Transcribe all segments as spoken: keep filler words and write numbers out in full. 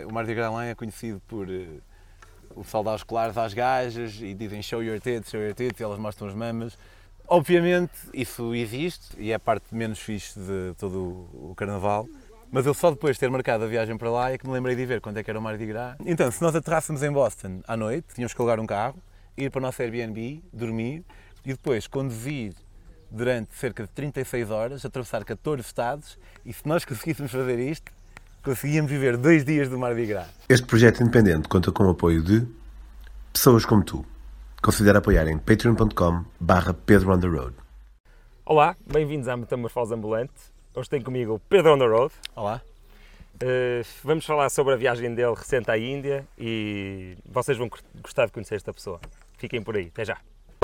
o Mardi Gras lá é conhecido por uh, o pessoal dar os colares às gajas e dizem show your tits, show your tits, e elas mostram as mamas. Obviamente isso existe e é a parte menos fixe de todo o, o carnaval, mas eu só depois de ter marcado a viagem para lá é que me lembrei de ver quando é que era o Mardi Gras. Então, se nós aterrássemos em Boston à noite, tínhamos que alugar um carro, ir para o nosso Airbnb, dormir e depois conduzir durante cerca de trinta e seis horas, atravessar catorze estados, e se nós conseguíssemos fazer isto, conseguíamos viver dois dias do Mardi Gras. Este projeto independente conta com o apoio de pessoas como tu. Considera apoiar em patreon ponto com barra Pedro on the Road. Olá, bem-vindos à Metamorfose Ambulante. Hoje tem comigo o Pedro on the Road. Olá. Uh, vamos falar sobre a viagem dele recente à Índia e vocês vão gostar de conhecer esta pessoa. Fiquem por aí, até já.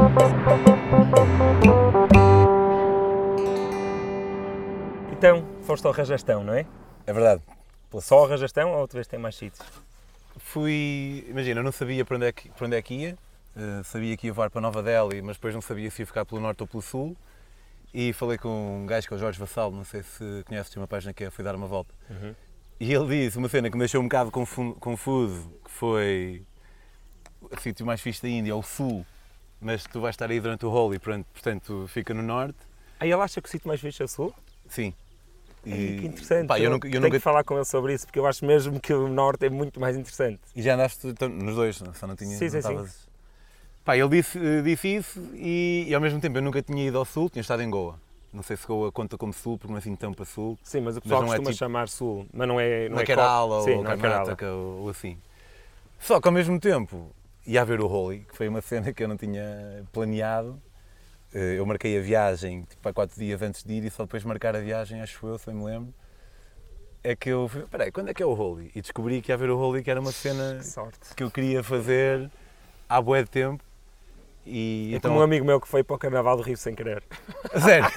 Então, foste ao Rajastão, não é? É verdade. Só ao Rajastão ou outra vez tem mais sítios? Fui, imagina, eu não sabia para onde é que, para onde é que ia, uh, sabia que ia voar para Nova Delhi, mas depois não sabia se ia ficar pelo norte ou pelo sul, e falei com um gajo que é o Jorge Vassal, não sei se conheces, tem uma página que é Fui Dar Uma Volta, uhum. E ele disse uma cena que me deixou um bocado confuso, que foi o sítio mais fixe da Índia, é o sul, mas tu vais estar aí durante o Holi, portanto fica no norte. Aí ele acha que o sítio mais fixe é o sul? Sim. E, Ei, que interessante, pá, eu, eu, nunca, eu tenho nunca... que falar com ele sobre isso, porque eu acho mesmo que o norte é muito mais interessante. E já andaste então, nos dois, só não tinha... Sim, não sim, tavas... sim. Pá, ele disse, disse isso e, e ao mesmo tempo eu nunca tinha ido ao sul, tinha estado em Goa. Não sei se Goa conta como sul, porque não é assim tão para sul. Sim, mas o pessoal mas costuma é tipo... chamar sul, mas não é... Não, não é Kerala Sim, ou não é Karnataka ou, ou assim. Só que ao mesmo tempo ia haver o Holi, que foi uma cena que eu não tinha planeado. Eu marquei a viagem tipo, há quatro dias antes de ir e só depois de marcar a viagem, acho eu, se eu me lembro, é que eu fui, peraí, quando é que é o Holi? E descobri que ia haver o Holi, que era uma cena que, que eu queria fazer há bué de tempo. E, é então... como um amigo meu que foi para o Carnaval do Rio sem querer. Sério?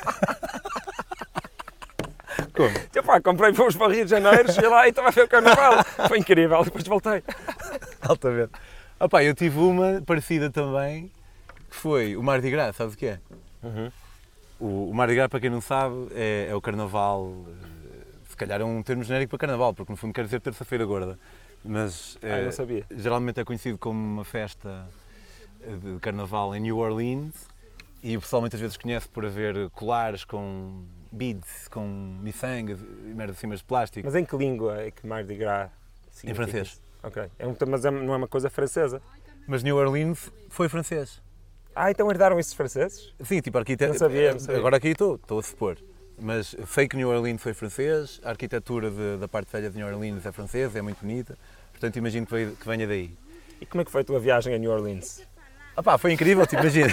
Como? Eu, pá, comprei, fomos para o Rio de Janeiro, cheguei lá e estava a ver o Carnaval. Foi incrível, depois voltei. Altamente. Ah, pá, eu tive uma parecida também, que foi o Mardi Gras, sabes o que é? Uhum. O, o Mardi Gras, para quem não sabe, é, é o Carnaval, se calhar é um termo genérico para Carnaval, porque no fundo quer dizer terça-feira gorda, mas ah, é, não sabia. geralmente é conhecido como uma festa de Carnaval em New Orleans e o pessoal muitas vezes conhece por haver colares com beads, com miçangas e merda assim, mas de plástico. Mas em que língua é que Mardi Gras significa? Em francês. Ok, é um, mas é, não é uma coisa francesa? Mas New Orleans foi francês. Ah, então herdaram esses franceses? Sim, tipo arquitetura. Não sabia, não sabia. Agora aqui estou, estou a supor. Mas sei que New Orleans foi francês, a arquitetura de, da parte velha de New Orleans é francesa, é muito bonita, portanto imagino que, veio, que venha daí. E como é que foi a tua viagem a New Orleans? Ah pá, foi incrível, tipo, imagina.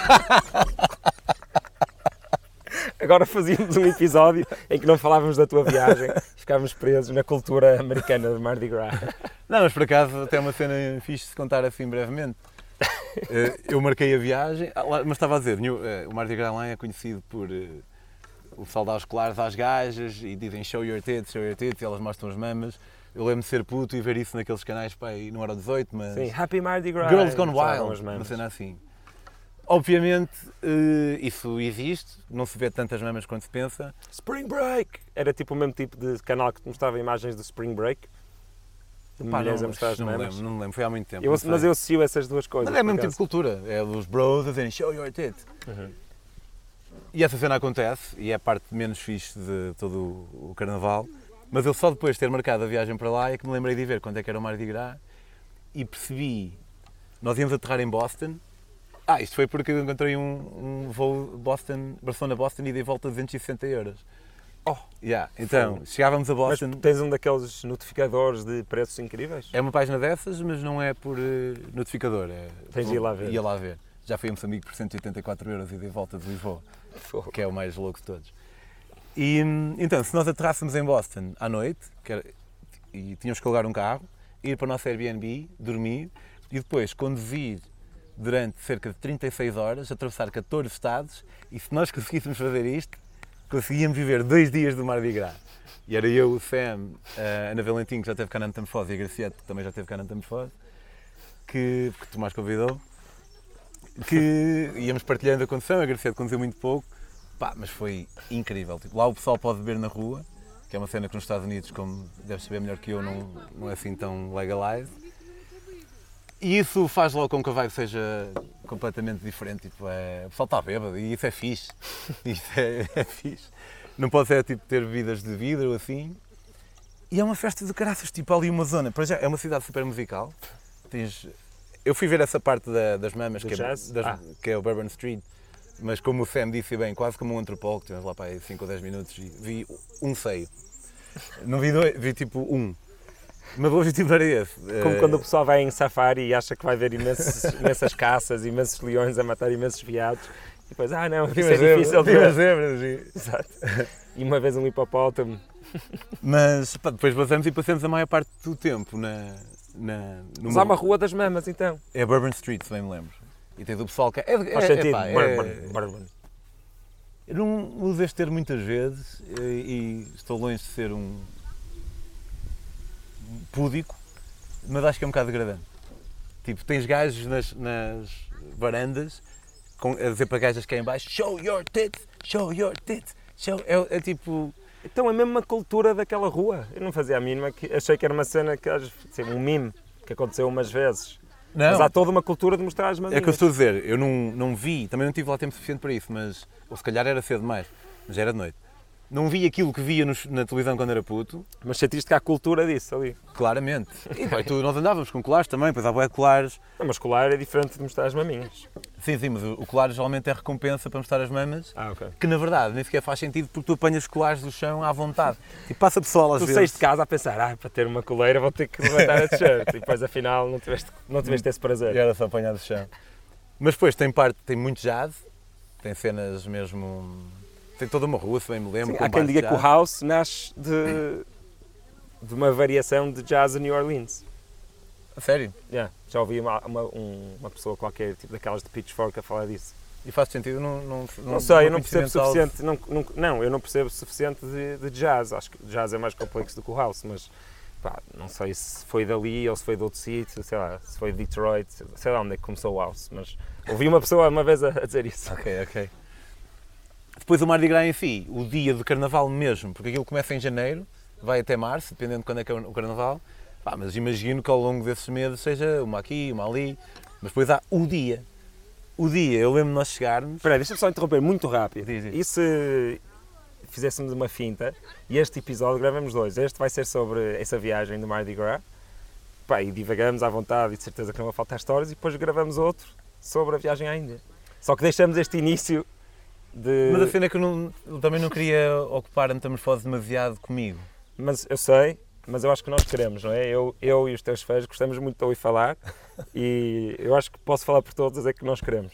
Agora fazíamos um episódio em que não falávamos da tua viagem, ficávamos presos na cultura americana de Mardi Gras. Não, mas por acaso até uma cena fixe de se contar assim brevemente. Eu marquei a viagem, mas estava a dizer, o Mardi Gras lá é conhecido por o pessoal dar os colares às gajas e dizem show your tits, show your tits, e elas mostram as mamas. Eu lembro de ser puto e ver isso naqueles canais, pá, e não era dezoito, mas... Sim, Happy Mardi Gras. Girls Gone Wild, uma cena assim. Obviamente, isso existe, não se vê tantas mamas quanto se pensa. Spring Break! Era tipo o mesmo tipo de canal que te mostrava imagens do Spring Break. Pá, não, a mostrar as não, me lembro, não me lembro, foi há muito tempo. Eu, mas eu associo essas duas coisas. Mas é o mesmo tipo de cultura, é dos bros a dizerem show your tits. Uhum. E essa cena acontece, e é a parte menos fixe de todo o carnaval. Mas eu só depois de ter marcado a viagem para lá é que me lembrei de ver quando é que era o Mardi Gras e percebi, nós íamos aterrar em Boston. Ah, isto foi porque eu encontrei um, um voo Boston, Barcelona-Boston e dei volta a duzentos e sessenta euros. Oh! Yeah. Então, foi. Chegávamos a Boston... Mas tens um daqueles notificadores de preços incríveis? É uma página dessas, mas não é por uh, notificador. É, tens de ir lá ver. Ia lá ver. Já fui a Moçambique por cento e oitenta e quatro euros e dei volta de Lisboa, oh. que é o mais louco de todos. E, então, se nós aterrássemos em Boston à noite, que era, e tínhamos que alugar um carro, ir para o nosso Airbnb, dormir, e depois conduzir durante cerca de trinta e seis horas, atravessar catorze estados, e se nós conseguíssemos fazer isto, conseguíamos viver dois dias do Mardi Gras. E era eu, o Sam, a Ana Valentim, que já esteve cá na Metamorfose, e a Graciete, que também já esteve cá na Metamorfose, que, que tu mais convidou, que íamos partilhando a condução, a Graciete conduziu muito pouco. Pá, mas foi incrível. Tipo, lá o pessoal pode beber na rua, que é uma cena que nos Estados Unidos, como deves saber melhor que eu, não, não é assim tão legalized. E isso faz logo com que a vibe seja completamente diferente, tipo, é, o pessoal está bêbado e isso é fixe, isso é, é fixe. Não pode ser tipo ter bebidas de vidro assim. E é uma festa de caraças, tipo ali uma zona, para já é uma cidade super musical. Tens, eu fui ver essa parte da, das mamas, que é, das, ah. que é o Bourbon Street, mas como o Sam disse bem, quase como um antropólogo, tivemos lá para aí cinco ou dez minutos e vi um seio. Não vi dois, vi tipo um. Mas o objetivo era esse. Como quando o pessoal vai em safari e acha que vai ver imensos, imensas caças, imensos leões a matar imensos veados. E depois, ah não, isso é difícil de ver. Zebras, exato. E uma vez um hipopótamo. Mas pá, depois vazamos e passamos a maior parte do tempo na... na Mas há uma rua das mamas então. É Bourbon Street, se bem me lembro. E tens o pessoal que... É, é, Faz sentido, é, Bourbon. É... Bourbon. Eu não uso este termo muitas vezes e, e estou longe de ser um púdico, mas acho que é um bocado degradante. Tipo, tens gajos nas, nas varandas com, a dizer para gajas que é em baixo, show your tits, show your tits, show... É, é tipo... Então é mesmo uma cultura daquela rua. Eu não fazia a mínima, que achei que era uma cena, que assim, um meme, que aconteceu umas vezes. Não. Mas há toda uma cultura de mostrar as maminhas. É que eu estou a dizer, eu não, não vi, também não tive lá tempo suficiente para isso, mas, ou se calhar era cedo demais, mas era de noite. Não vi aquilo que via nos, na televisão quando era puto. Mas sentiste que há cultura disso ali? Claramente. E bem, tu, nós andávamos com colares também, depois há bué de colares. Não, mas colar é diferente de mostrar as maminhas. Sim, sim, mas o, o colar geralmente é recompensa para mostrar as mamas, ah, okay. que na verdade nem sequer faz sentido porque tu apanhas colares do chão à vontade. E passa pessoal às tu vezes... Tu saís de casa a pensar, ah, para ter uma coleira vou ter que levantar a t-shirt. E depois afinal não tiveste, não tiveste esse prazer. E era só apanhar do chão. Mas depois tem parte, tem muito jazz, tem cenas mesmo... Tem toda uma rua, se bem me lembro. Sim, há quem diga que o house nasce de, de uma variação de jazz a New Orleans. A sério? Yeah, já ouvi uma, uma, uma pessoa qualquer, tipo daquelas de Pitchfork, a falar disso. E faz sentido? Não, não, não, não sei, eu não percebo suficiente. Não, não, não, eu não percebo suficiente de, de jazz. Acho que jazz é mais complexo do que o house, mas pá, não sei se foi dali ou se foi de outro sítio, sei lá, se foi de Detroit, sei lá onde é que começou o house, mas ouvi uma pessoa uma vez a, a dizer isso. Ok, ok. Depois o Mardi Gras em si, o dia do Carnaval mesmo, porque aquilo começa em janeiro, vai até março, dependendo de quando é que é o Carnaval, pá, mas imagino que ao longo desses meses seja uma aqui, uma ali, mas depois há o dia. O dia, eu lembro de nós chegarmos... Espera aí, deixa-me só interromper muito rápido. Diz, diz. E se fizéssemos uma finta, e este episódio gravamos dois, este vai ser sobre essa viagem do Mardi Gras, pá, e divagamos à vontade e de certeza que não vai faltar histórias, e depois gravamos outro sobre a viagem à Índia. Só que deixamos este início... De... Mas a cena é que eu, não, eu também não queria ocupar a metamorfose demasiado comigo. Mas eu sei, mas eu acho que nós queremos, não é? Eu, eu e os teus fãs gostamos muito de ouvir falar e eu acho que posso falar por todos, é que nós queremos.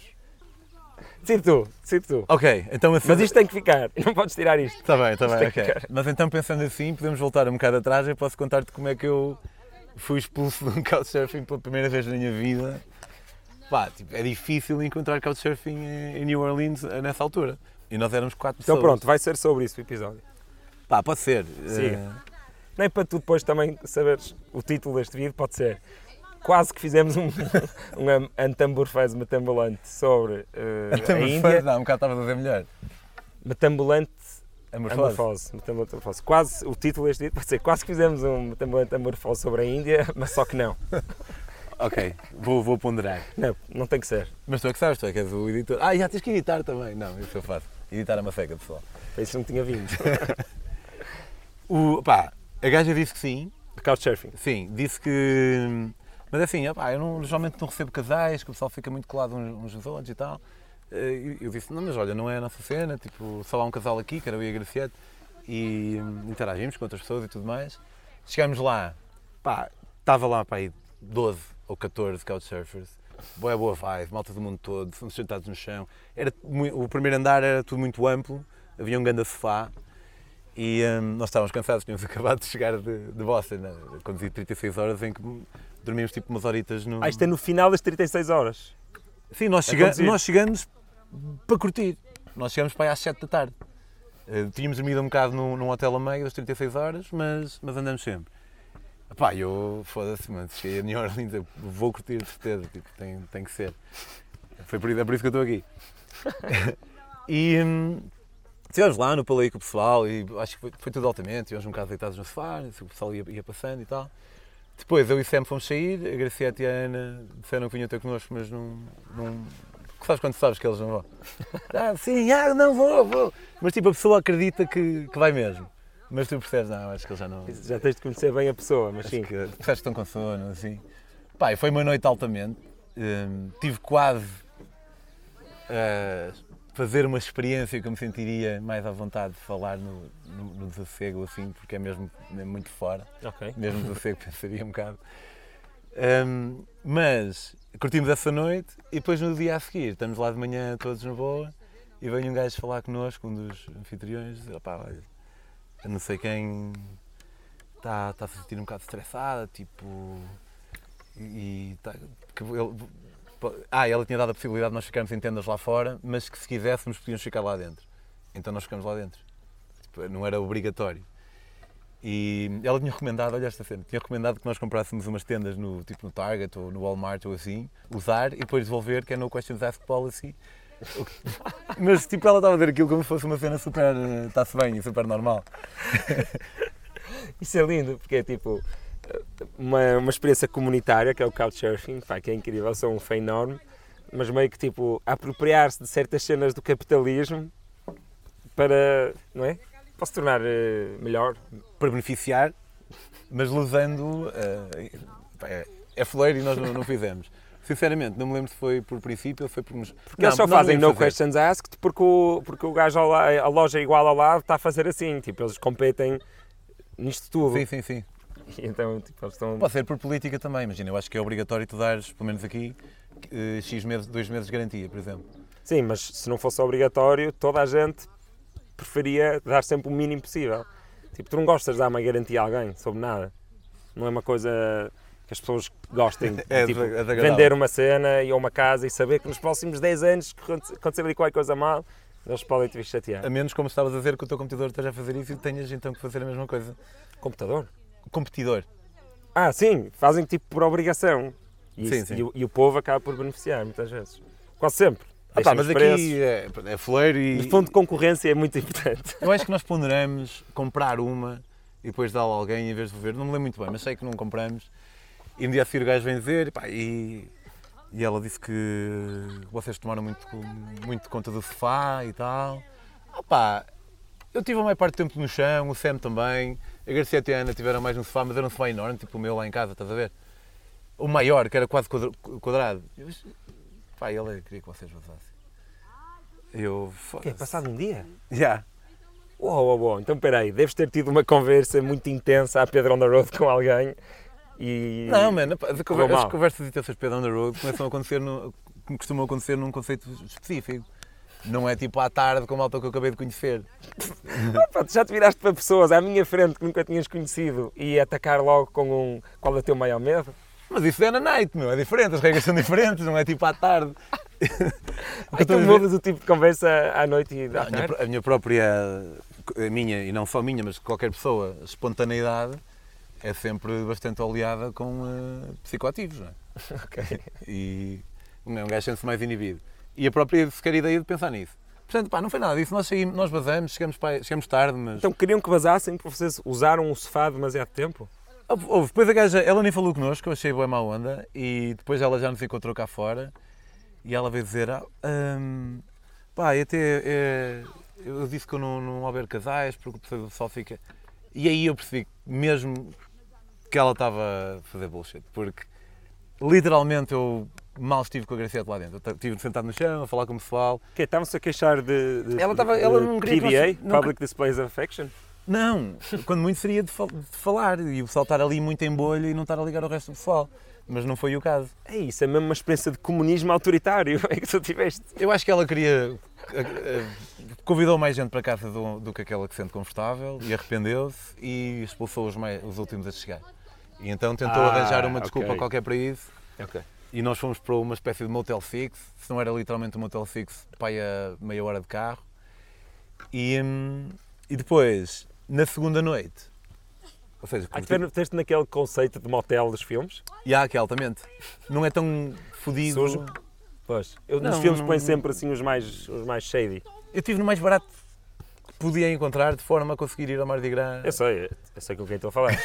Decide tu, decide tu. Ok, então... Assim... Mas isto tem que ficar, não podes tirar isto. Está bem, está bem, ok. Mas então pensando assim, podemos voltar um bocado atrás e posso contar-te como é que eu fui expulso de um couchsurfing pela primeira vez na minha vida. Pá, tipo, é difícil encontrar couchsurfing em New Orleans nessa altura. E nós éramos quatro pessoas. Então pronto, vai ser sobre isso o episódio. Pá, pode ser. Siga. Uh... Nem para tu depois também saberes o título deste vídeo, pode ser. Quase que fizemos um, um antambulante matambulante sobre uh, a Índia. Não, um bocado estava a dizer melhor. Matambulante amorfose. amorfose. Quase, o título deste vídeo pode ser quase que fizemos um matambulante amorfose sobre a Índia, mas só que não. Ok, vou, vou ponderar. Não, não tem que ser. Mas tu é que sabes, tu é que és o editor. Ah, já tens que editar também. Não, isso eu faço. Editar a maceca, pessoal. Para isso não tinha vindo. o, pá, a gaja disse que sim. De couchsurfing? Sim, disse que... Mas assim, pá, eu não, geralmente não recebo casais, que o pessoal fica muito colado uns nos outros e tal. Eu, eu disse, não, mas olha, não é a nossa cena, tipo, só há um casal aqui, que era eu e a Graciete, e interagimos com outras pessoas e tudo mais. Chegámos lá, pá, estava lá, pá, aí doze ou catorze couchsurfers, boa boa vibe, malta do mundo todo, fomos sentados no chão. Era, o primeiro andar era tudo muito amplo, havia um grande sofá e hum, nós estávamos cansados, tínhamos acabado de chegar de, de Boston, né? Conduzi trinta e seis horas em que dormimos tipo umas horitas no... Ah, isto é no final das trinta e seis horas? Sim, nós, chega... nós chegamos para curtir, nós chegamos para aí às sete da tarde. Uh, tínhamos dormido um bocado num, num hotel a meio das trinta e seis horas, mas, mas andamos sempre. Pá, eu, foda-se, mano, cheguei a New Orleans, eu vou curtir de certeza, tipo, tem, tem que ser. Foi por isso, é por isso que eu estou aqui. e, Estivemos lá no Paleio com o pessoal e acho que foi, foi tudo altamente, estivemos um bocado deitados no sofá, o pessoal ia, ia passando e tal. Depois eu e Sam fomos sair, a Graciete e a Ana disseram que vinham ter connosco, mas não... não... Sabes quando sabes que eles não vão? Ah, sim, ah, não vou, vou. Mas tipo, a pessoa acredita que, que vai mesmo. Mas tu percebes, não, acho que eles já não... Já tens de conhecer bem a pessoa, mas acho sim. Que, percebes que estão com sono, assim. Pá, foi uma noite altamente. Um, tive quase a fazer uma experiência que eu me sentiria mais à vontade de falar no, no, no Desassego, assim, porque é mesmo, mesmo muito fora. Ok. Mesmo Desassego pensaria um bocado. Um, mas curtimos essa noite e depois no dia a seguir estamos lá de manhã todos na boa e vem um gajo falar connosco, um dos anfitriões, e diz, opá, olha, eu não sei quem está tá a se sentir um bocado estressada, tipo, e, e tá, que ele, ah, ela tinha dado a possibilidade de nós ficarmos em tendas lá fora, mas que se quiséssemos podíamos ficar lá dentro, então nós ficamos lá dentro, tipo, não era obrigatório. E ela tinha recomendado, olha esta cena, tinha recomendado que nós comprássemos umas tendas no, tipo no Target ou no Walmart ou assim, usar e depois devolver, que é no Questions Asked Policy. Mas tipo, ela estava a ver aquilo como se fosse uma cena super, está-se bem e super normal. Isso é lindo, porque é tipo uma, uma experiência comunitária, que é o Couchsurfing, pá, que é incrível, sou um fã enorme, mas meio que tipo, apropriar-se de certas cenas do capitalismo para, não é? Para se tornar uh, melhor. Para beneficiar, mas usando. Uh, é, é foleiro e nós não, não fizemos. Sinceramente, não me lembro se foi por princípio ou foi por... Porque não, eles só fazem no fazer. Questions asked porque o, porque o gajo, ao lado, a loja igual ao lado, está a fazer assim. Tipo, eles competem nisto tudo. Sim, sim, sim. E então, tipo, eles estão... Pode ser por política também, imagina. Eu acho que é obrigatório tu dares, pelo menos aqui, uh, X meses, dois meses de garantia, por exemplo. Sim, mas se não fosse obrigatório, toda a gente preferia dar sempre o mínimo possível. Tipo, tu não gostas de dar uma garantia a alguém sobre nada. Não é uma coisa que as pessoas gostem de é, tipo, é vender uma cena ou uma casa e saber que nos próximos dez anos, que acontecer ali qualquer coisa mal, eles podem te chatear. A menos, como estavas a dizer, que o teu competidor esteja a fazer isso e tenhas então que fazer a mesma coisa. Computador? Competidor. Ah, sim, fazem tipo por obrigação. E, sim, isso, sim. E, o, e o povo acaba por beneficiar muitas vezes. Quase sempre. Ah, pá, mas aqui é, é foleiro e... O ponto de concorrência é muito importante. Eu acho que nós ponderamos comprar uma e depois dá-la a alguém em vez de devolver. Não me lembro muito bem, mas sei que não compramos. E um dia a seguir o gajo vem dizer e, pá, e, e ela disse que vocês tomaram muito, muito conta do sofá e tal. Ah, pá, eu tive a maior parte do tempo no chão, o Sam também. A Garcia e a Ana tiveram mais no sofá, mas era um sofá enorme, tipo o meu lá em casa, estás a ver? O maior, que era quase quadrado. Eu, pá, ele queria que vocês vazassem. Eu... O quê? Passado um dia? Já. Yeah. Uou, uou, uou. Então, peraí, deves ter tido uma conversa muito intensa a Pedro on the road com alguém e... Não, mano, as conversas intensas Pedro on the road começam a acontecer, no, costumam acontecer num conceito específico. Não é tipo à tarde com a malta que eu acabei de conhecer. Ah, pá, tu já te viraste para pessoas à minha frente que nunca tinhas conhecido e atacar logo com um... Qual é o teu maior medo? Mas isso é na night, meu, é diferente, as regras são diferentes, não é tipo à tarde. Ai, tu mudas o tipo de conversa à noite e à tarde? A minha, a minha própria, a minha, e não só a minha, mas qualquer pessoa, a espontaneidade é sempre bastante oleada com uh, psicoativos, não é? Ok. E um gajo sente-se mais inibido. E a própria sequer ideia de pensar nisso. Portanto, pá, não foi nada disso, nós, saímos, nós vazamos, chegamos, pá, chegamos tarde, mas... Então queriam que vazassem porque vocês usaram o sofá demasiado tempo? Houve, depois a gaja, ela nem falou connosco, eu achei boa má onda, e depois ela já nos encontrou cá fora, e ela veio dizer, ah, hum, pá, até, é, eu disse que eu não, não albergo casais, porque o pessoal fica... E aí eu percebi mesmo que ela estava a fazer bullshit, porque literalmente eu mal estive com a Graciete lá dentro, eu estive sentado no chão, a falar com o pessoal. Que estavam-se a queixar de, de, ela estava, ela não queria P D A, nós, não, Public Displays of Affection? Não, quando muito seria de, fal de falar e o pessoal estar ali muito em bolha e não estar a ligar ao resto do pessoal, mas não foi o caso. É isso, é mesmo uma experiência de comunismo autoritário é que tu tiveste. Eu acho que ela queria, convidou mais gente para casa do, do que aquela que se sente confortável e arrependeu-se e expulsou os, mais, os últimos a chegar. E então tentou ah, arranjar uma desculpa okay. qualquer para isso. Okay. E nós fomos para uma espécie de Motel Six, se não era literalmente um Motel Six, para aí a meia hora de carro. E, hum, e depois, na segunda noite, ou seja... Ah, teste naquele conceito de motel dos filmes? E há, que é altamente. Não é tão fodido... Sujo? Pois. Eu, não, nos filmes não, põem sempre assim os mais, os mais shady. Eu estive no mais barato podia encontrar de forma a conseguir ir ao Mardi Gras. Eu sei, eu sei com quem estou a falar.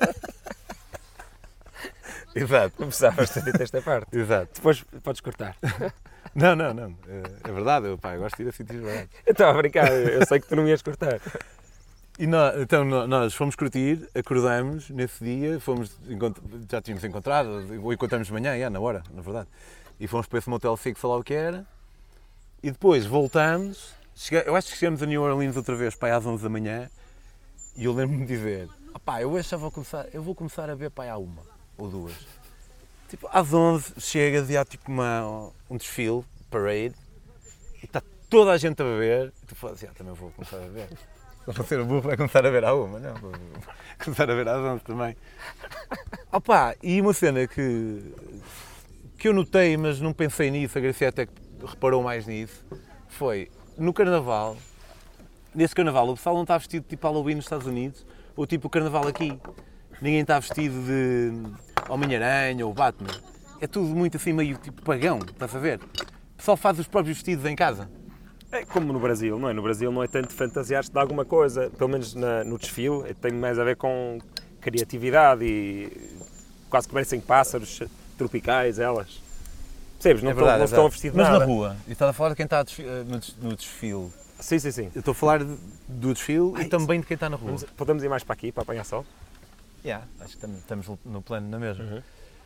Exato. Não precisavas ter dito esta parte. Exato. Depois podes cortar. Não, não, não. É, é verdade, eu, pá, eu gosto de ir a sítios verdade. Eu estava a brincar, eu sei que tu não ias cortar. E nós, então nós fomos curtir, acordamos nesse dia, fomos, já tínhamos encontrado, ou encontramos de manhã, já, na hora, na verdade. E fomos para esse motel fixo, lá o que era. E depois voltamos, cheguei, eu acho que chegamos a New Orleans outra vez, pá, às onze da manhã. E eu lembro-me de dizer, ah, pá, eu hoje já vou começar, eu vou começar a ver, pá, à uma ou duas. Tipo, às onze chegas e há tipo uma, um desfile, parade, e está toda a gente a beber, e tu falas, ah, também vou começar a ver. Não vou ser o burro, vai começar a ver à uma, não, vou começar a ver às onze também. Opa, e uma cena que, que eu notei, mas não pensei nisso, a Gracia até que reparou mais nisso, foi, no Carnaval, nesse Carnaval, o pessoal não está vestido tipo Halloween nos Estados Unidos, ou tipo o Carnaval aqui. Ninguém está vestido de Homem-Aranha ou Batman. É tudo muito assim, meio tipo pagão, estás a ver? O pessoal faz os próprios vestidos em casa. É como no Brasil, não é? No Brasil não é tanto fantasiar-se de alguma coisa, pelo menos na, no desfile, tem mais a ver com criatividade e quase que parecem pássaros tropicais, elas. Percebes? Não, é verdade, não é estão a vestir de Mas nada. na rua, e estás a falar de quem está no desfile. Sim, sim, sim. Eu estou a falar do desfile Ai, e também de quem está na rua. Vamos, podemos ir mais para aqui, para apanhar sol? Yeah, acho que estamos no plano na mesma. Uhum.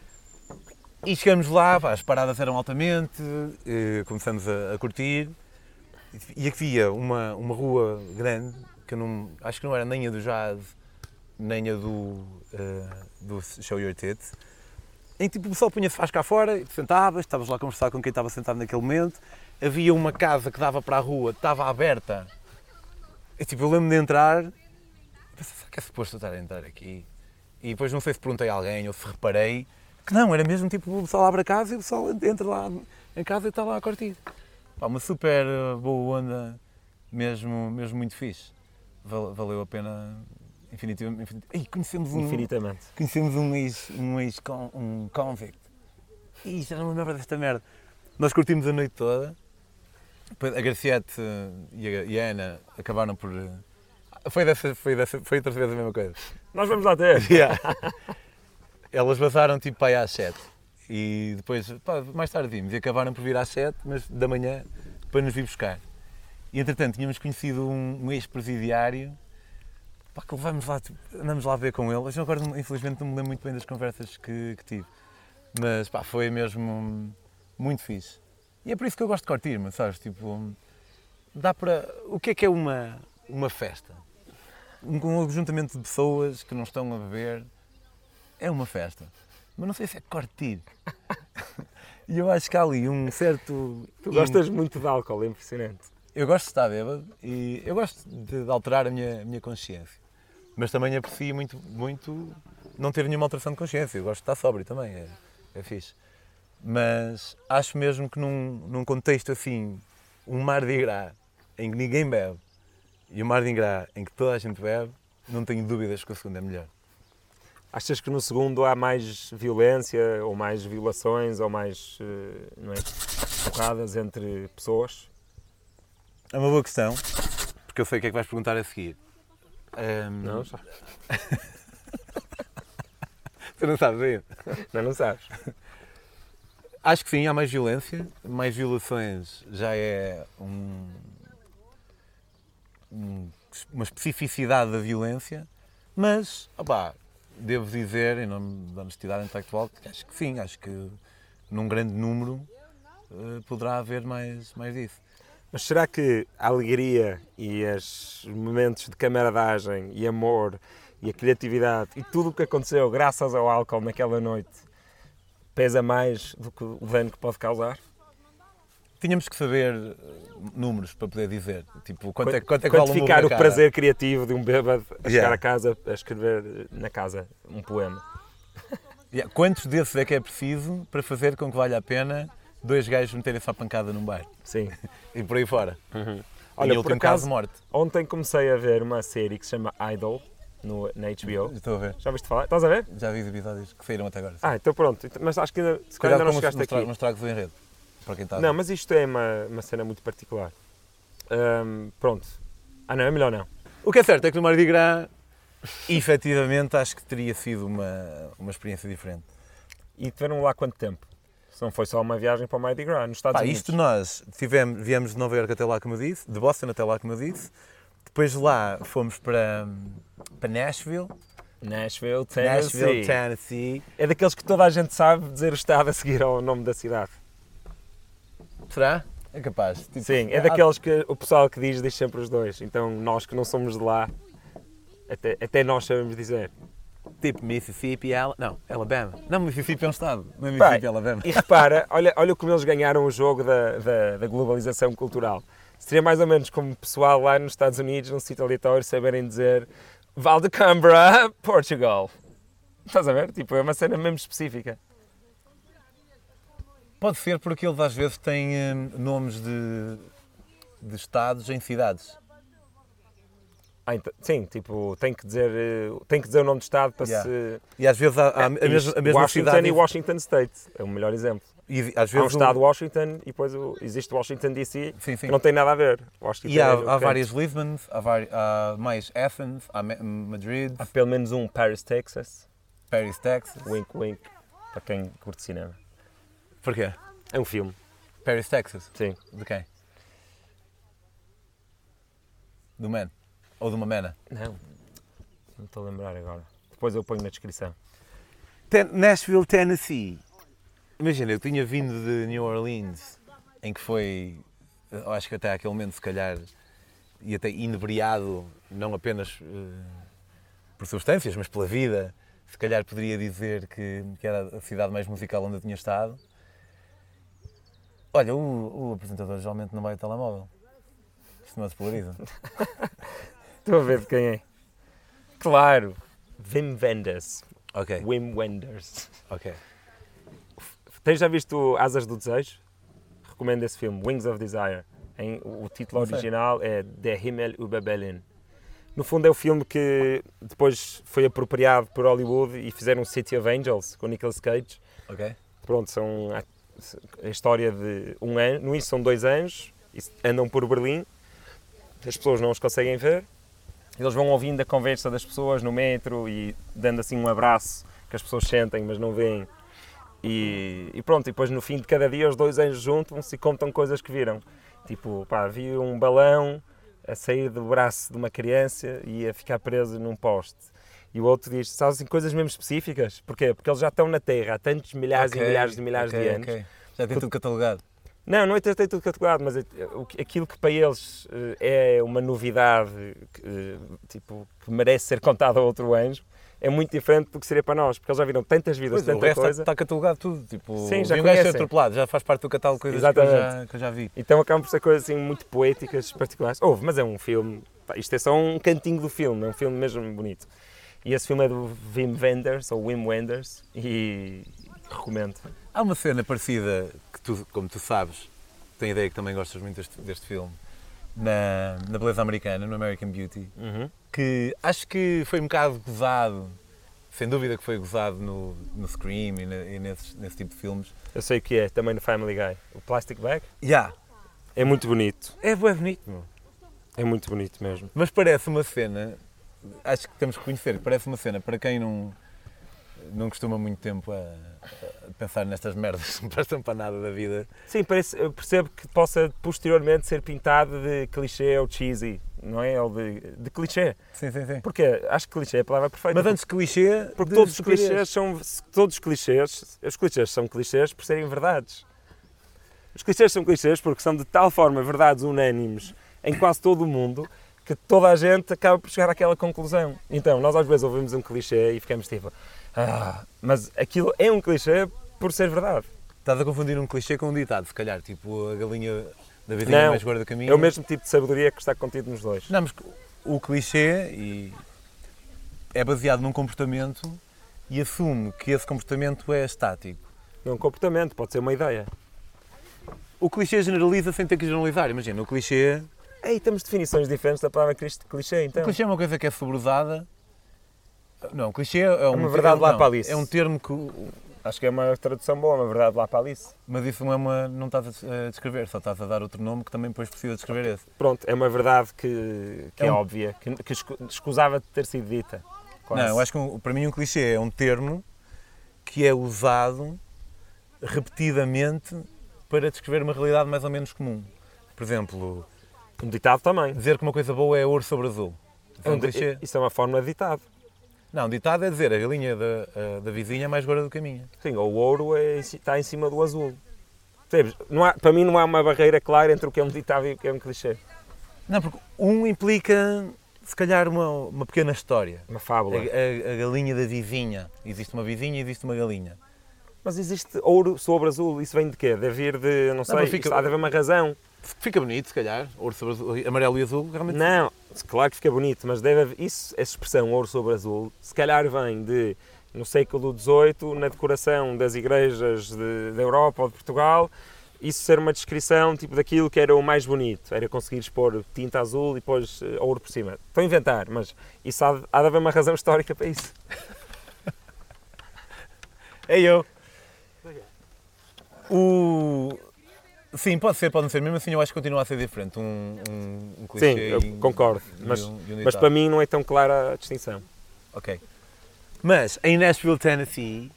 E chegamos lá, pá, as paradas eram altamente, começamos a, a curtir e havia uma, uma rua grande, que eu não, acho que não era nem a do jazz, nem a do, uh, do Show Your Tits, em que tipo, o pessoal punha-se faz cá fora, sentavas, estavas lá a conversar com quem estava sentado naquele momento, havia uma casa que dava para a rua, estava aberta, e tipo, eu lembro de entrar, e pensei, será que é suposto eu estar a entrar aqui? E depois não sei se perguntei a alguém ou se reparei que não, era mesmo tipo o pessoal abre a casa e o pessoal entra lá em casa e está lá a curtir. Pá, uma super boa onda, mesmo, mesmo muito fixe. Valeu a pena infinitivamente. Ei, conhecemos um, Infinitamente. Conhecemos um ex, um ex um convict. Ih, já não me lembro desta merda. Nós curtimos a noite toda. A Graciete e a, e a Ana acabaram por... Foi, dessa, foi, dessa, foi outra vez a mesma coisa. Nós vamos lá ter. Yeah. Elas vazaram tipo para aí às sete e depois, pá, mais tarde vimos e acabaram por vir às sete, mas da manhã, para nos vir buscar. E entretanto tínhamos conhecido um, um ex-presidiário, pá, que levámos lá, tipo, andamos lá a ver com ele. Eu agora, infelizmente, não me lembro muito bem das conversas que, que tive, mas pá, foi mesmo muito fixe. E é por isso que eu gosto de curtir, mas sabes, tipo, dá para... O que é que é uma, uma festa? Um ajuntamento de pessoas que não estão a beber é uma festa, mas não sei se é curtir. E eu acho que há ali um certo... Tu gostas muito de álcool, é impressionante. Eu gosto de estar bêbado e eu gosto de alterar a minha, a minha consciência, mas também aprecio muito, muito não ter nenhuma alteração de consciência. Eu gosto de estar sóbrio também, é, é fixe. Mas acho mesmo que num, num contexto assim, um Mardi Gras em que ninguém bebe, e o Mardi Gras em que toda a gente bebe, não tenho dúvidas que o segundo é melhor. Achas que no segundo há mais violência, ou mais violações, ou mais, não é, porradas entre pessoas? É uma boa questão, porque eu sei o que é que vais perguntar a seguir. Um... Não, já. Tu não sabes ainda? Não, não sabes. Acho que sim, há mais violência, mais violações já é um... uma especificidade da violência, mas, opá, devo dizer, em nome da honestidade intelectual, que acho que sim, acho que num grande número uh, poderá haver mais, mais disso. Mas será que a alegria e os momentos de camaradagem e amor e a criatividade e tudo o que aconteceu graças ao álcool naquela noite pesa mais do que o dano que pode causar? Tínhamos que saber números para poder dizer, tipo, quanto é, quanto é que vale um quantificar o cara? prazer criativo de um bêbado a chegar Yeah. a casa a escrever na casa um poema. Yeah. Quantos desses é que é preciso para fazer com que valha a pena dois gajos meterem-se à pancada num bar? Sim. E por aí fora. Uhum. Olha, Olha, em por último acaso, caso, morte. ontem comecei a ver uma série que se chama Idol no, na H B O. Estou a ver. Já ouviste falar? Estás a ver? Já vi os episódios que saíram até agora. Sim. Ah, então pronto. Mas acho que ainda, se calhar Cuidado ainda não com chegaste os, aqui. nos tragos do enredo, para quem está a Não, ver. mas isto é uma, uma cena muito particular. Hum, pronto. Ah não, é melhor não. O que é certo é que no Mardi Gras, efetivamente, acho que teria sido uma, uma experiência diferente. E tiveram lá quanto tempo? Se não foi só uma viagem para o Mardi Gras, nos Estados Pá, Unidos. isto nós tivemos, viemos de Nova Iorque até lá, como eu disse, de Boston até lá, como eu disse. Depois de lá fomos para, para Nashville. Nashville, Tennessee. Nashville, Tennessee. É daqueles que toda a gente sabe dizer o estado a seguir ao nome da cidade. Será? É capaz. Tipo, Sim, é daqueles que o pessoal que diz, diz sempre os dois. Então nós que não somos de lá, até, até nós sabemos dizer. Tipo Mississippi, Al... não, Alabama. Não, Mississippi é um estado, não é Mississippi, Pai, Alabama. E repara, olha, olha como eles ganharam o jogo da, da, da globalização cultural. Seria mais ou menos como o pessoal lá nos Estados Unidos, num sítio aleatório, saberem dizer Val de Cambra, Portugal. Estás a ver? Tipo, é uma cena mesmo específica. Pode ser porque eles às vezes têm hum, nomes de, de estados em cidades. Ah, então, sim, tipo, tem que, dizer, tem que dizer o nome do estado para Yeah. se... E às vezes há, há a, É, mesma, a mesma Washington cidade... e Washington State, é o melhor exemplo. E, às vezes Há um o- estado Washington e depois o, existe Washington D C, Sim, sim. que não tem nada a ver. Washington E há, é há canto. várias Lisbons, há, vari, há mais Athens, há Ma- Madrid, Há pelo menos um Paris, Texas, Paris, Texas. wink wink, para quem curte cinema. Porquê? É um filme, Paris, Texas. sim. De quem? Do Man? Ou de uma Mena? Não, não estou a lembrar agora. Depois eu ponho na descrição. Ten- Nashville, Tennessee. Imagina, eu tinha vindo de New Orleans, em que foi, eu acho que até àquele momento, se calhar, e até inebriado, não apenas eh, por substâncias, mas pela vida, se calhar poderia dizer que, que era a cidade mais musical onde eu tinha estado. Olha, o, o apresentador geralmente não vai ao telemóvel. Isto não se polariza. Estou a ver de quem é. Claro, Wim Wenders. Ok, Wim Wenders. ok. Tens já visto Asas do Desejo? Recomendo esse filme, Wings of Desire. Em, o título Não sei. original é Der Himmel über Berlin. No fundo é o filme que depois foi apropriado por Hollywood e fizeram City of Angels com Nicolas Cage. Ok. Pronto, são a, a história de um ano, no início são dois anjos, e andam por Berlim, as pessoas não os conseguem ver, eles vão ouvindo a conversa das pessoas no metro e dando assim um abraço que as pessoas sentem, mas não veem. E, e pronto, e depois no fim de cada dia os dois anjos juntam-se e contam coisas que viram. Tipo, pá, vi um balão a sair do braço de uma criança e a ficar preso num poste. E o outro diz, sabes, assim, coisas mesmo específicas. Porquê? Porque eles já estão na Terra há tantos milhares Ok, e milhares de milhares ok, de anos. ok. Já tem tudo catalogado. Não, não é ter tudo catalogado, mas é- o que- aquilo que para eles eh, é uma novidade que, eh, tipo, que merece ser contada a outro anjo, é muito diferente do que seria para nós, porque eles já viram tantas vidas, Pois, o tanta resto coisa. está catalogado tudo. Tipo, Sim, já vi um gajo ser conhecem. atropelado, já faz parte do catálogo de coisas que eu, Exatamente. já, que eu já vi. Então acabam por ser coisas assim muito poéticas, particulares. Houve, mas é um filme, pá, isto é só um cantinho do filme, é um filme mesmo bonito. E esse filme é do Wim Wenders, ou Wim Wenders, e recomendo. Há uma cena parecida, que tu, como tu sabes, tenho a ideia que também gostas muito deste, deste filme, na, na beleza americana, no American Beauty, Uhum. que acho que foi um bocado gozado, sem dúvida que foi gozado no, no Scream e, na, e nesses, nesse tipo de filmes. Eu sei o que é, também no Family Guy. O Plastic Bag Já, é muito bonito, é bué bonito, meu. é muito bonito mesmo. Mas parece uma cena, acho que temos que reconhecer, parece uma cena para quem não, não costuma muito tempo a, a pensar nestas merdas que não prestam para nada da vida. Sim, parece, eu percebo que possa posteriormente ser pintado de clichê ou cheesy, não é? Ou de, de clichê. Sim, sim, sim. Porque acho que clichê é a palavra perfeita. Mas antes de clichê, porque de todos os estupidez. clichês são todos os clichês, os clichês são clichês por serem verdades. Os clichês são clichês porque são de tal forma verdades unânimes em quase todo o mundo que toda a gente acaba por chegar àquela conclusão. Então, nós às vezes ouvimos um clichê e ficamos tipo, ah, mas aquilo é um clichê por ser verdade. Estás a confundir um clichê com um ditado, se calhar, tipo a galinha da vizinha Não, mais gorda que a minha. É o mesmo tipo de sabedoria que está contido nos dois. Não, mas o clichê e é baseado num comportamento e assume que esse comportamento é estático. Não é um comportamento, pode ser uma ideia. O clichê generaliza sem ter que generalizar. Imagina, o clichê, Ei, temos definições diferentes da palavra clichê, então. o clichê é uma coisa que é sobreusada. Não, o clichê é um uma verdade termo, lá não, para Alice. é um termo que o- Acho que é uma tradução boa, uma verdade lá para Alice. Mas isso não é uma. Não estás a descrever, só estás a dar outro nome que também depois precisa descrever esse. Pronto, é uma verdade que, que é, é um... óbvia, que, que escusava de ter sido dita. Quase. Não, eu acho que um, para mim um clichê é um termo que é usado repetidamente para descrever uma realidade mais ou menos comum. Por exemplo, um ditado também. Dizer que uma coisa boa é ouro sobre azul. Isso é, um clichê. Isso é uma forma de ditado. Não, ditado é dizer a galinha da, a, da vizinha é mais gorda do que a minha. Sim, ou o ouro é, está em cima do azul. Percebes? Não há, para mim não há uma barreira clara entre o que é um ditado e o que é um clichê. Não, porque um implica, se calhar, uma, uma pequena história. Uma fábula. A, a, a galinha da vizinha. Existe uma vizinha e existe uma galinha. Mas existe ouro sobre azul, isso vem de quê? Deve vir de, não sei, não, fica... há de haver uma razão. Fica bonito, se calhar, ouro sobre azul, amarelo e azul, realmente. Não, claro que fica bonito, mas deve haver, isso, essa expressão ouro sobre azul, se calhar vem de, no século dezoito, na decoração das igrejas de, da Europa ou de Portugal, isso ser uma descrição tipo daquilo que era o mais bonito, era conseguires pôr tinta azul e depois uh, ouro por cima. Estou a inventar, mas isso há de, há de haver uma razão histórica para isso. É eu. O... Sim, pode ser, pode não ser. Mesmo assim eu acho que continua a ser diferente. Um, um, um clichê. Sim, eu e, concordo. E mas, um, e um mas para mim não é tão clara a distinção. Ok. Mas em Nashville, Tennessee,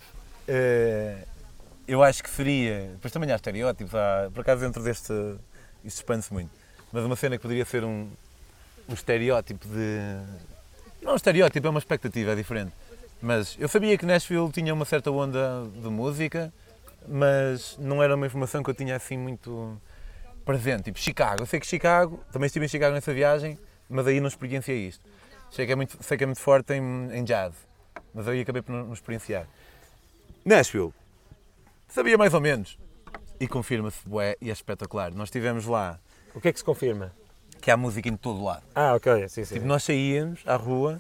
uh, eu acho que seria... Depois também há estereótipos, há, por acaso dentro deste... Isto expande-se muito. Mas uma cena que poderia ser um, um estereótipo de... Não um estereótipo, é uma expectativa, é diferente. Mas eu sabia que Nashville tinha uma certa onda de música, mas não era uma informação que eu tinha assim muito presente. Tipo, Chicago. Eu sei que Chicago, também estive em Chicago nessa viagem, mas aí não experienciei isto. Sei que é muito, sei que é muito forte em, em jazz, mas aí acabei por não, não experienciar. Nashville. Sabia mais ou menos. E confirma-se, bué, e é espetacular. Nós estivemos lá. O que é que se confirma? Que há música em todo lado. Ah, ok, sim, sim. Tipo, nós saíamos à rua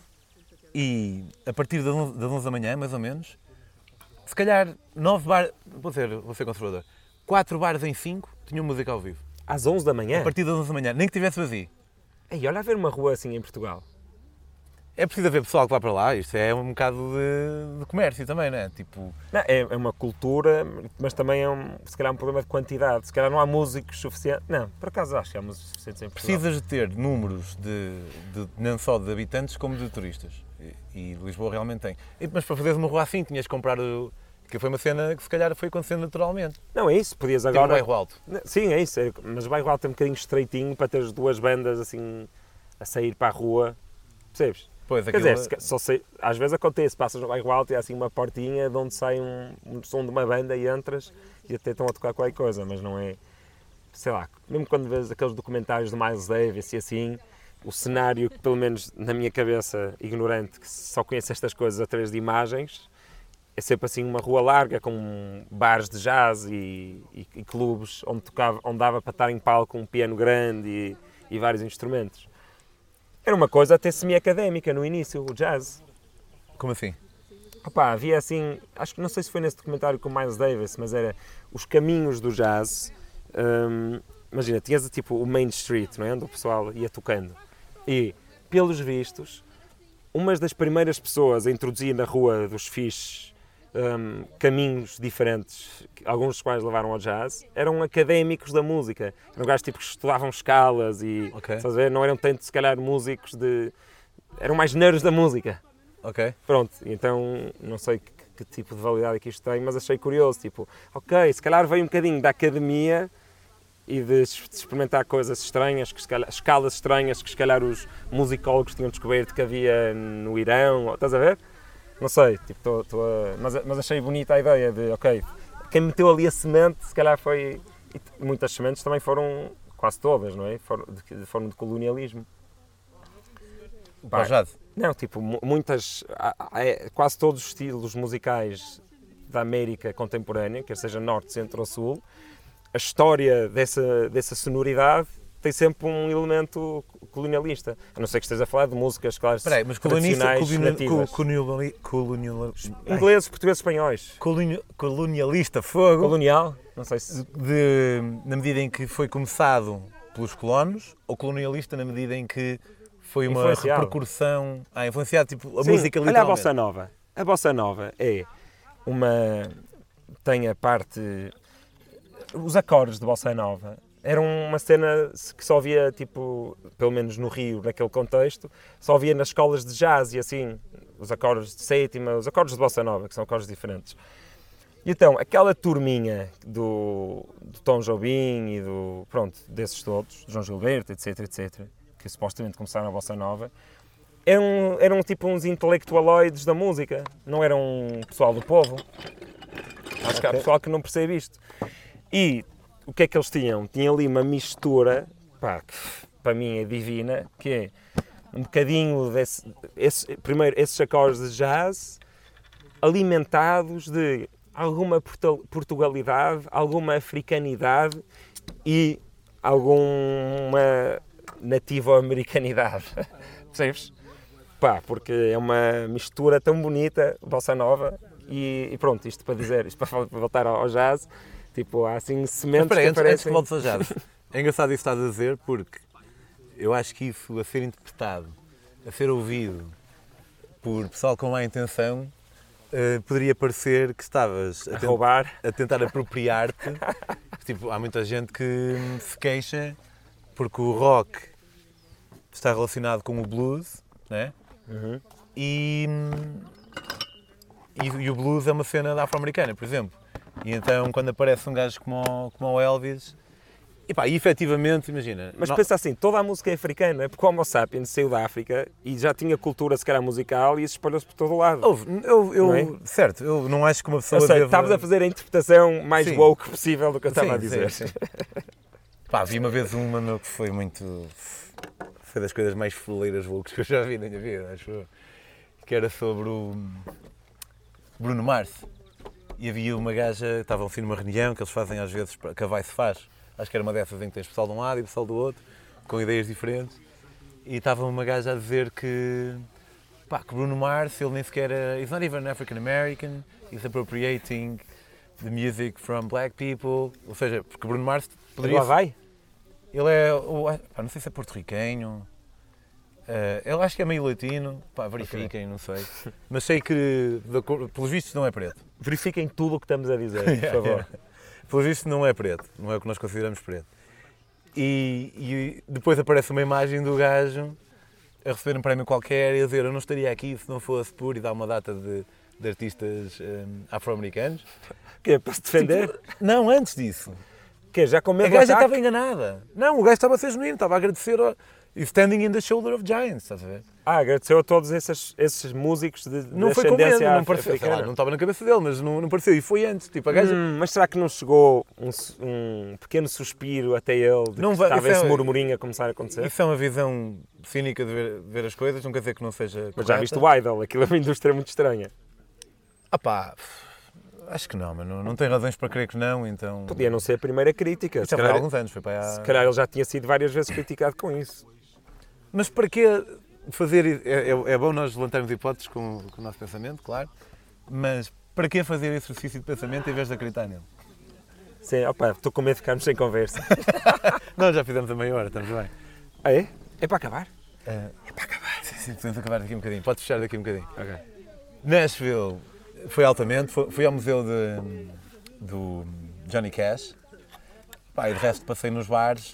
e a partir das onze da manhã, mais ou menos, se calhar nove bares, vou ser, vou ser conservador, quatro bares em cinco tinham música ao vivo. Às onze da manhã? A partir das onze da manhã, nem que tivesse vazio. Ei, olha a ver uma rua assim em Portugal. É preciso haver pessoal que vá para lá, isto é um bocado de, de comércio também, não é? Tipo... Não, é, é uma cultura, mas também é um, se calhar um problema de quantidade. Se calhar não há músicos suficientes. Não, por acaso acho que há músicos suficientes em Portugal. Precisas de ter números de, de, não só de habitantes como de turistas. E, e Lisboa realmente tem. E, mas para fazeres uma rua assim tinhas que comprar... O, que foi uma cena que se calhar foi acontecendo naturalmente. Não, é isso, podias agora... Tipo bairro alto. Sim, é isso, é, mas o bairro alto é um bocadinho estreitinho para teres duas bandas assim a sair para a rua, percebes? Pois, Quer aquilo... dizer, só sei, às vezes acontece, passas no bairro alto e há assim uma portinha de onde sai um, um som de uma banda e entras e até estão a tocar qualquer coisa, mas não é... Sei lá, mesmo quando vês aqueles documentários de Miles Davis e assim, o cenário que pelo menos na minha cabeça ignorante, que só conhece estas coisas através de imagens, é sempre assim uma rua larga com bares de jazz e, e, e clubes onde, tocava, onde dava para estar em palco um piano grande e, e vários instrumentos. Era uma coisa até semi-académica no início, o jazz. Como assim? Opa, havia assim, acho que não sei se foi nesse documentário com o Miles Davis, mas era os caminhos do jazz. Hum, imagina, tinhas tipo o Main Street, não é? Onde o pessoal ia tocando. E, pelos vistos, uma das primeiras pessoas a introduzir na Rua dos Fixes um, caminhos diferentes, alguns dos quais levaram ao jazz, eram académicos da música. Eram gajos tipo, que estudavam escalas e okay. Estás a ver? Não eram tanto, se calhar, músicos de... Eram mais nerds da música. Ok. Pronto, então não sei que, que tipo de validade é que isto tem, mas achei curioso. Tipo, ok, se calhar veio um bocadinho da academia e de, de experimentar coisas estranhas, que, se calhar, escalas estranhas que se calhar os musicólogos tinham descoberto que havia no Irão, estás a ver? Não sei, tipo, tô, tô a, mas, mas achei bonita a ideia de, ok, quem meteu ali a semente, se calhar foi, e muitas sementes também foram, quase todas, não é? Foram de, de forma de colonialismo. Para o jazz? Não, tipo, muitas, quase todos os estilos musicais da América contemporânea, quer seja norte, centro ou sul, a história dessa, dessa sonoridade tem sempre um elemento colonialista. A não ser que esteja a falar de músicas, claro, Peraí, mas tradicionais, nativas. Colonial, colonial, ingleses, portugueses, espanhóis. Colonial, colonialista, fogo. Colonial? Não sei se... De, de, na medida em que foi começado pelos colonos, ou colonialista na medida em que foi uma repercussão... Ah, influenciado, tipo, a Sim, música literalmente. Olha a bossa nova. A bossa nova é uma... tem a parte... Os acordes de Bossa Nova eram uma cena que só via, tipo, pelo menos no Rio, naquele contexto, só via nas escolas de jazz e assim, os acordes de sétima, os acordes de Bossa Nova, que são acordes diferentes. E então, aquela turminha do, do Tom Jobim e do, pronto, desses todos, João Gilberto, etc, etc, que supostamente começaram a Bossa Nova, eram, eram tipo uns intelectualoides da música, não eram um pessoal do povo. Acho okay. que há pessoal que não percebe isto. E o que é que eles tinham? Tinham ali uma mistura, pá, que para mim é divina, que é um bocadinho desse, esse, primeiro esses acordes de jazz alimentados de alguma Portugalidade, alguma africanidade e alguma nativo-americanidade. Percebes? Pá, porque é uma mistura tão bonita, Bossa Nova, e, e pronto, isto para dizer, isto para voltar ao jazz, tipo, há assim sementes Mas, peraí, que antes, aparecem... antes que voltes ao jazz, é engraçado isso que estás a dizer, porque eu acho que isso, a ser interpretado, a ser ouvido por pessoal com má intenção, uh, poderia parecer que estavas a, a, tent- roubar. a tentar apropriar-te. Tipo, há muita gente que se queixa porque o rock está relacionado com o blues, né? Uhum. E, e, e o blues é uma cena da afro-americana, por exemplo. E então, quando aparece um gajo como o, como o Elvis, e pá, e efetivamente, imagina... Mas não... pensa assim, toda a música é africana, porque o Homo sapiens saiu da África e já tinha cultura, se calhar, musical e isso espalhou-se por todo o lado. Ouve, eu, eu, é? Certo, eu não acho que uma pessoa eu sei, deva... estavas a fazer a interpretação mais sim. woke possível do que eu estava sim, a dizer. Sim, sim. Pá, vi uma vez uma meu, que foi muito... Foi das coisas mais foleiras woke que eu já vi na minha vida, acho eu. Que era sobre o Bruno Mars. E havia uma gaja, estavam assim numa reunião que eles fazem às vezes, que a Vai se faz. Acho que era uma dessas em que tens pessoal de um lado e pessoal do outro, com ideias diferentes. E estava uma gaja a dizer que, pá, que Bruno Mars, ele nem sequer é... He's not even African American, he's appropriating the music from black people. Ou seja, porque Bruno Mars poderia... Lá vai? Ele é, pá, não sei se é porto-riquenho, uh, ele acho que é meio latino, pá, verifiquem, okay. Não sei. Mas sei que, pelos vistos, não é preto. Verifiquem tudo o que estamos a dizer, por favor. yeah. Pelos vistos, não é preto, não é o que nós consideramos preto. E, e depois aparece uma imagem do gajo a receber um prémio qualquer e a dizer: eu não estaria aqui se não fosse por, e dá uma data de, de artistas um, afro-americanos. Que é para se defender? Tipo, não, antes disso. Que já com medo a gaja estava enganada. Não, o gajo estava a ser genuíno, estava a agradecer ao... Standing in the shoulder of giants, estás a ver? Ah, agradeceu a todos esses, esses músicos de, de não foi com medo, não pareceu, africana. Lá, não estava na cabeça dele, mas não, não pareceu, e foi antes, tipo, a gaja... Hum, mas será que não chegou um, um pequeno suspiro até ele, de não que vai, estava esse é, murmurinho a começar a acontecer? Isso é uma visão cínica de ver, ver as coisas, não quer dizer que não seja Mas correta. Já viste o Idol, aquilo é uma indústria muito estranha. Ah pá... Acho que não, mas não, não tem razões para crer que não, então... Podia não ser a primeira crítica. Já foi há alguns anos, foi para aí há... Se calhar ele já tinha sido várias vezes criticado com isso. Mas para que fazer... É, é, é bom nós levantarmos hipóteses com, com o nosso pensamento, claro, mas para que fazer esse exercício de pensamento em vez de acreditar nele? Sim, opa, estou com medo de ficarmos sem conversa. Não, já fizemos a meia hora, estamos bem. Ah é? É para acabar? É, é para acabar, sim, sim, podemos acabar daqui um bocadinho, podes fechar daqui um bocadinho. Ok. Nashville... Foi altamente, foi, fui ao museu de, do Johnny Cash, pá, e de resto passei nos bares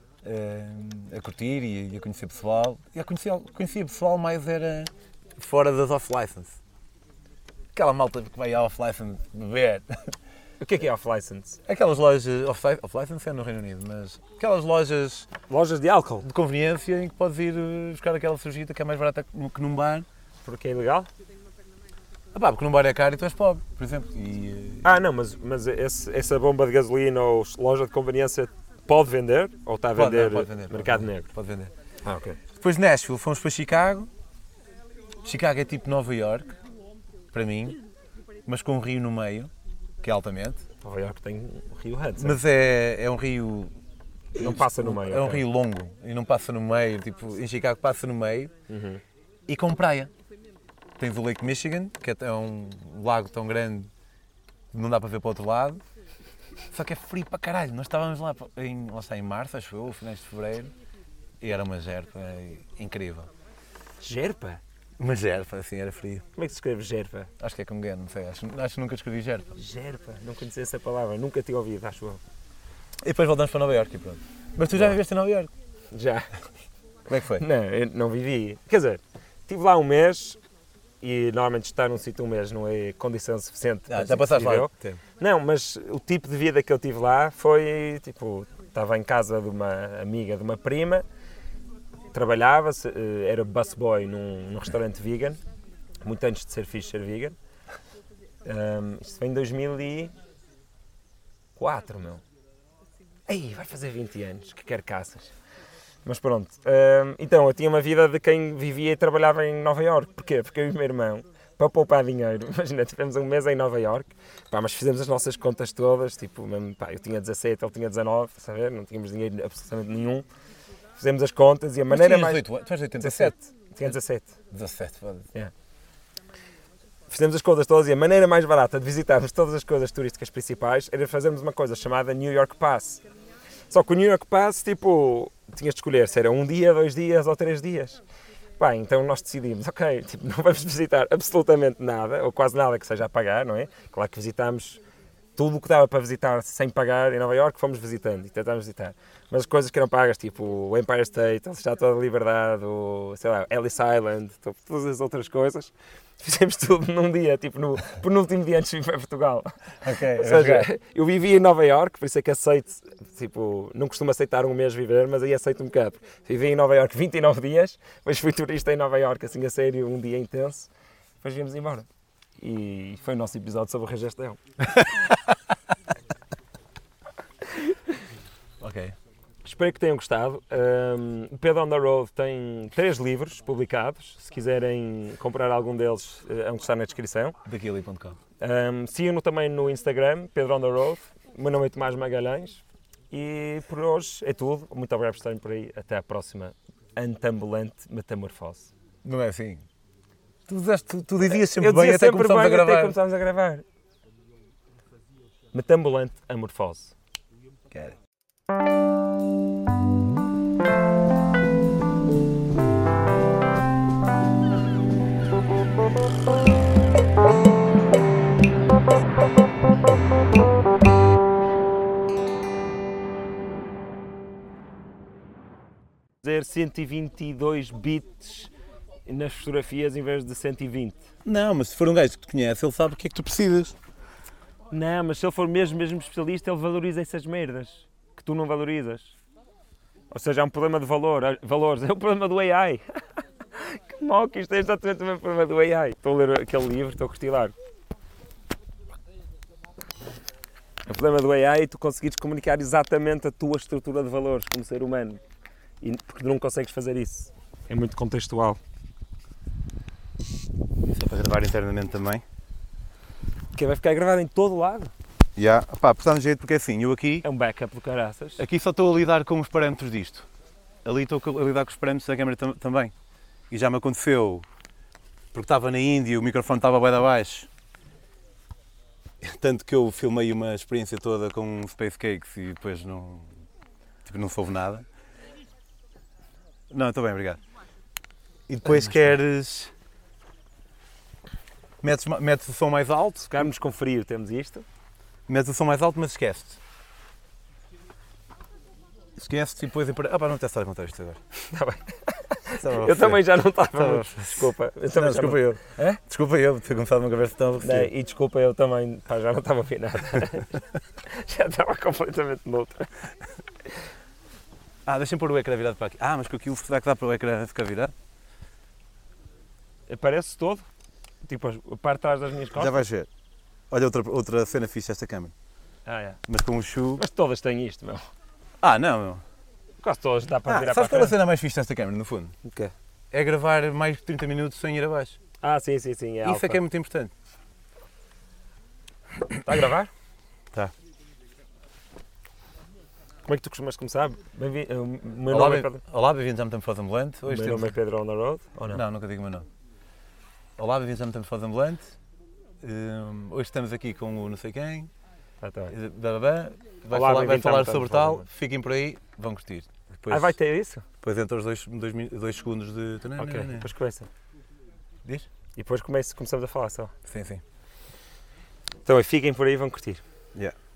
uh, a curtir e, e a conhecer pessoal. E a conhecer, conhecia pessoal mais era fora das off-license. Aquela malta que vai à off-license beber. O que é que é off-license? Aquelas lojas, off-license é no Reino Unido, mas aquelas lojas... Lojas de álcool? De conveniência em que podes ir buscar aquela cervejita que é mais barata que num bar. Porque é ilegal? Ah pá, porque num bar é caro e tu és pobre, por exemplo. E... Ah não, mas, mas esse, essa bomba de gasolina ou loja de conveniência pode vender? Ou está a vender, pode, não, pode vender mercado pode, negro? Pode vender. Ah, ok. Depois de Nashville fomos para Chicago. Chicago é tipo Nova York, para mim, mas com um rio no meio, que é altamente. Nova York tem o rio Hudson. Mas é, é um rio... Não passa no meio. É um okay. rio longo e não passa no meio, tipo, em Chicago passa no meio uhum. e com praia. Tens o Lake Michigan, que é um lago tão grande que não dá para ver para o outro lado. Só que é frio para caralho. Nós estávamos lá em, lá está, em março, acho eu, finais de fevereiro, e era uma gerpa incrível. Gerpa? Uma gerpa, assim, era frio. Como é que se escreve gerpa? Acho que é com G, não sei, acho, acho que nunca escrevi gerpa. Gerpa, não conhecia essa palavra, nunca tinha ouvido, acho eu. E depois voltamos para Nova Iorque e pronto. Mas tu já Bom. viveste em Nova Iorque? Já. Como é que foi? Não, eu não vivi. Quer dizer, estive lá um mês e normalmente estar num sítio um mês não é condição suficiente Ah, para já dizer que passaste se viveu. lá tempo. Não, mas o tipo de vida que eu tive lá foi, tipo, estava em casa de uma amiga de uma prima, trabalhava, era busboy num, num restaurante vegan, muito antes de ser fixe ser vegan. Um, isto foi em dois mil e quatro, meu. Ei, vai fazer vinte anos, que carcaças. Mas pronto, um, então eu tinha uma vida de quem vivia e trabalhava em Nova Iorque. Porquê? Porque eu e o meu irmão, para poupar dinheiro, imagina, tivemos um mês em Nova Iorque, pá, mas fizemos as nossas contas todas, tipo, mesmo, pá, eu tinha dezassete, ele tinha dezanove, saber? Não tínhamos dinheiro absolutamente nenhum. Fizemos as contas e a maneira mais... dezoito, tu és de oitenta e sete? Tinha dezassete. dezassete, foda-se. Yeah. Fizemos as contas todas e a maneira mais barata de visitarmos todas as coisas turísticas principais era fazermos uma coisa chamada New York Pass. Só que o New York Pass, tipo, tinhas de escolher se era um dia, dois dias ou três dias. Pá, então nós decidimos, ok, tipo, não vamos visitar absolutamente nada, ou quase nada que seja a pagar, não é? Claro que visitámos tudo o que dava para visitar sem pagar em Nova Iorque, fomos visitando e tentámos visitar. Mas as coisas que eram pagas, tipo o Empire State, a Estátua da Liberdade, o, sei lá, Ellis Island, todas as outras coisas, fizemos tudo num dia, tipo no penúltimo dia antes de vir para Portugal. Ok, Ou seja, eu vivi em Nova Iorque, por isso é que aceito, tipo, não costumo aceitar um mês viver, mas aí aceito um bocado. Vivi em Nova Iorque vinte e nove dias, depois fui turista em Nova Iorque, assim a sério, um dia intenso, depois viemos embora. E foi o nosso episódio sobre o Rei Gestão. Ok. Espero que tenham gostado. Um, o Pedro on the Road tem três livros publicados. Se quiserem comprar algum deles, é um que está na descrição. Daquili ponto com. Um, Sigam-no também no Instagram, Pedro on the Road. O meu nome é Tomás Magalhães. E por hoje é tudo. Muito obrigado por estarem por aí. Até à próxima antambulante metamorfose. Não é assim? Tu, dizeste, tu, tu dizias sempre Eu bem dizia até sempre começámos bem a gravar. até começámos a gravar. Metambulante amorfose. Quero. Fazer cento e vinte e dois bits nas fotografias em vez de cento e vinte. Não, mas se for um gajo que te conhece, ele sabe o que é que tu precisas. Não, mas se ele for mesmo, mesmo especialista, ele valoriza essas merdas que tu não valorizas. Ou seja, há um problema de valor, valores, é o problema do A I. Que mal que isto é exatamente o mesmo problema do A I. Estou a ler aquele livro, estou a curtilar. O problema do A I é tu conseguires comunicar exatamente a tua estrutura de valores como ser humano. E, porque não consegues fazer isso. É muito contextual. Isso é para gravar internamente também. Que vai ficar gravado em todo lado. Já, yeah. Pá, por de jeito, porque assim, eu aqui, É um backup do caraças. aqui só estou a lidar com os parâmetros disto. Ali estou a lidar com os parâmetros da câmera tam também. E já me aconteceu, porque estava na Índia e o microfone estava bem de baixo. Tanto que eu filmei uma experiência toda com Space Cakes e depois não, tipo, não soube nada. Não, estou bem, obrigado. E depois ah, queres... Metes, metes o som mais alto. Se ficarmos com frio, temos isto. Metes o som mais alto, mas esquece-te. Esquece-te e depois... Ah pá, não te estás a contar isto agora. Está bem. Eu também já não estava. Desculpa. Eu não, desculpa não... eu. É? Desculpa eu de ter começado uma conversa tão aborrecida. E desculpa eu também, pá, já não estava a ouvir nada. Já estava completamente noutra. Ah, deixem pôr o ecrã virado para aqui. Ah, mas com aquilo será que dá para o ecrã ficar virado? Aparece todo. Tipo, a parte de trás das minhas costas. Já vais ver. Olha outra, outra cena fixe esta câmera. Ah, é. Mas com o chu... Mas todas têm isto, meu. Ah, não, meu. Quase todas dá para ah, virar sabes para qual é a cena mais fixe desta câmera, no fundo? O quê? É gravar mais de trinta minutos sem ir abaixo. Ah, sim, sim, sim. É Isso alfa. é que é muito importante. Está a gravar? Está. Como é que tu costumas começar? Bem-vindo. O meu Olá, nome é bem, Pedro. olá, bem-vindos à Metamorfose Ambulante. O Hoje meu temos... nome é Pedro on the Road, ou não? Não, nunca digo o meu nome. Olá, bem-vindos à Metamorfose Ambulante. Um, hoje estamos aqui com o não sei quem. Ah, tá bem. Bababá. Vai Olá, falar, vai falar sobre tal. Ambulante. Fiquem por aí, vão curtir. Depois, Ah, vai ter isso? Depois entra os dois, dois, dois segundos de... Ok, depois começa. Diz? E depois começo, começamos a falar só. Sim, sim. Então fiquem por aí e vão curtir. Yeah.